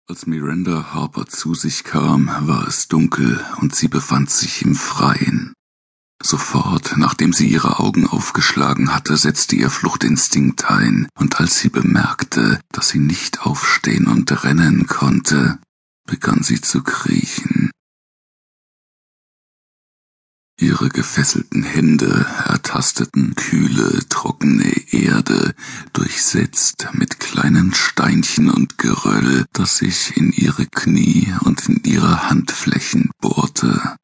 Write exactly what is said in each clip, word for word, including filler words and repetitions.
Als Miranda Harper zu sich kam, war es dunkel und sie befand sich im Freien. Sofort, nachdem sie ihre Augen aufgeschlagen hatte, setzte ihr Fluchtinstinkt ein, und als sie bemerkte, dass sie nicht aufstehen und rennen konnte, begann sie zu kriechen. Ihre gefesselten Hände ertasteten kühle, trockene Erde, durchsetzt mit kleinen Steinchen und Geröll, das sich in ihre Knie und in ihre Handflächen bohrte.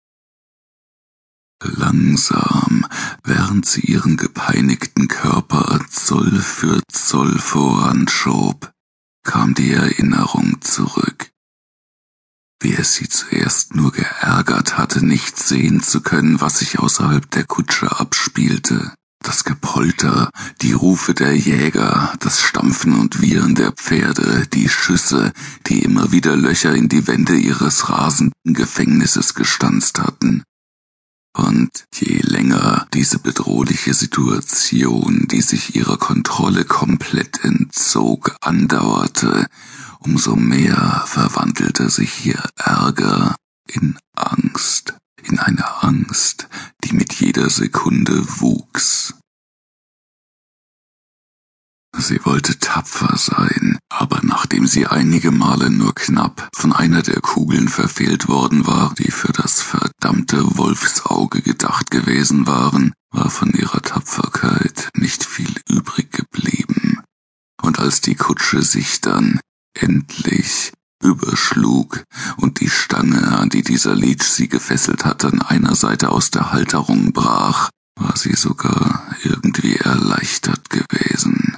Langsam, während sie ihren gepeinigten Körper Zoll für Zoll voranschob, kam die Erinnerung zurück. Wie es sie zuerst nur geärgert hatte, nicht sehen zu können, was sich außerhalb der Kutsche abspielte. Das Gepolter, die Rufe der Jäger, das Stampfen und Wiehern der Pferde, die Schüsse, die immer wieder Löcher in die Wände ihres rasenden Gefängnisses gestanzt hatten. Und je länger diese bedrohliche Situation, die sich ihrer Kontrolle komplett entzog, andauerte, umso mehr verwandelte sich ihr Ärger in Angst, in eine Angst, die mit jeder Sekunde wuchs. Sie wollte tapfer sein, aber nachdem sie einige Male nur knapp von einer der Kugeln verfehlt worden war, die für das verdammte Wolfsauge gedacht gewesen waren, war von ihrer Tapferkeit nicht viel übrig geblieben. Und als die Kutsche sich dann endlich überschlug und die Stange, an die dieser Leech sie gefesselt hatte, an einer Seite aus der Halterung brach, war sie sogar irgendwie erleichtert gewesen.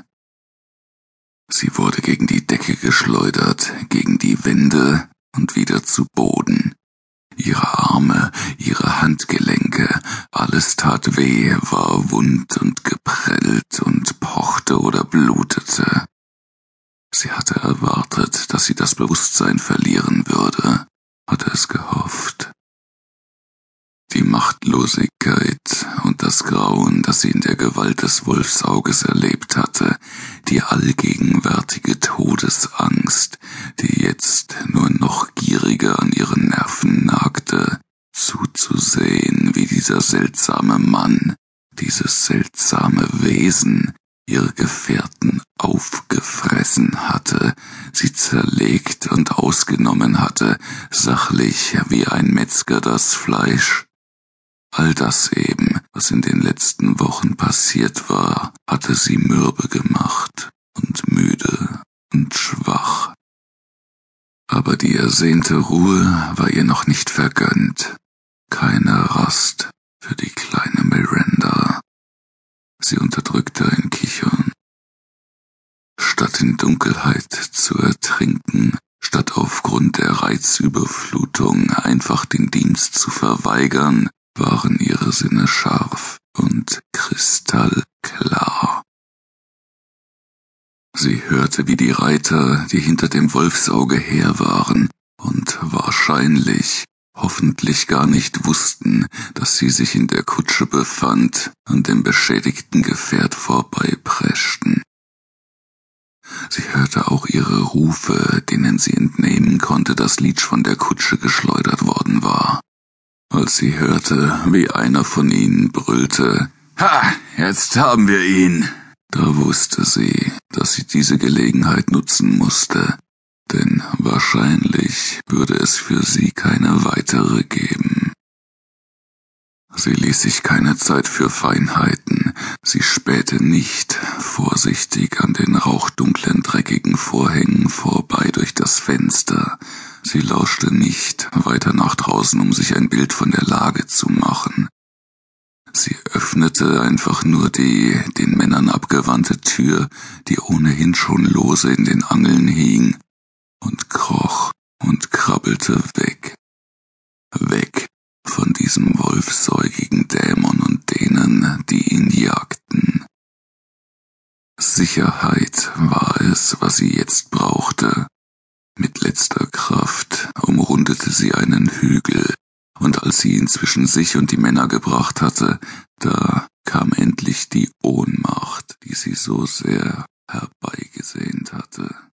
Sie wurde gegen die Decke geschleudert, gegen die Wände und wieder zu Boden. Ihre Arme, ihre Handgelenke, alles tat weh, war wund und geprellt und pochte oder blutete. Sie hatte erwartet, dass sie das Bewusstsein verlieren würde, hatte es gehofft. Die Machtlosigkeit und das Grauen, das sie in der Gewalt des Wolfsauges erlebt hatte, die allgegenwärtige Todesangst, die jetzt nur noch gieriger an ihren Nerven nagte, zuzusehen, wie dieser seltsame Mann, dieses seltsame Wesen, ihre Gefährten aufgefressen hatte, sie zerlegt und ausgenommen hatte, sachlich wie ein Metzger das Fleisch. All das eben, was in den letzten Wochen passiert war, hatte sie mürbe gemacht und müde und schwach. Aber die ersehnte Ruhe war ihr noch nicht vergönnt. Keine Rast für die kleine Miranda. Sie unterdrückte ein Kichern. Statt in Dunkelheit zu ertrinken, statt aufgrund der Reizüberflutung einfach den Dienst zu verweigern, waren ihre Sinne scharf und kristallklar. Sie hörte, wie die Reiter, die hinter dem Wolfsauge her waren und wahrscheinlich, hoffentlich gar nicht wussten, dass sie sich in der Kutsche befand, an dem beschädigten Gefährt vorbeipreschten. Sie hörte auch ihre Rufe, denen sie entnehmen konnte, dass Leech von der Kutsche geschleudert worden war. Als sie hörte, wie einer von ihnen brüllte, »Ha, jetzt haben wir ihn!« Da wusste sie, dass sie diese Gelegenheit nutzen musste, denn wahrscheinlich würde es für sie keine weitere geben. Sie ließ sich keine Zeit für Feinheiten, sie spähte nicht vorsichtig an den rauchdunklen, dreckigen Vorhängen vorbei durch das Fenster. Sie lauschte nicht weiter nach draußen, um sich ein Bild von der Lage zu machen. Sie öffnete einfach nur die den Männern abgewandte Tür, die ohnehin schon lose in den Angeln hing, und kroch und krabbelte weg. Weg von diesem wolfsäugigen Dämon und denen, die ihn jagten. Sicherheit war es, was sie jetzt brauchte. Mit letzter Kraft umrundete sie einen Hügel, und als sie ihn zwischen sich und die Männer gebracht hatte, da kam endlich die Ohnmacht, die sie so sehr herbeigesehnt hatte.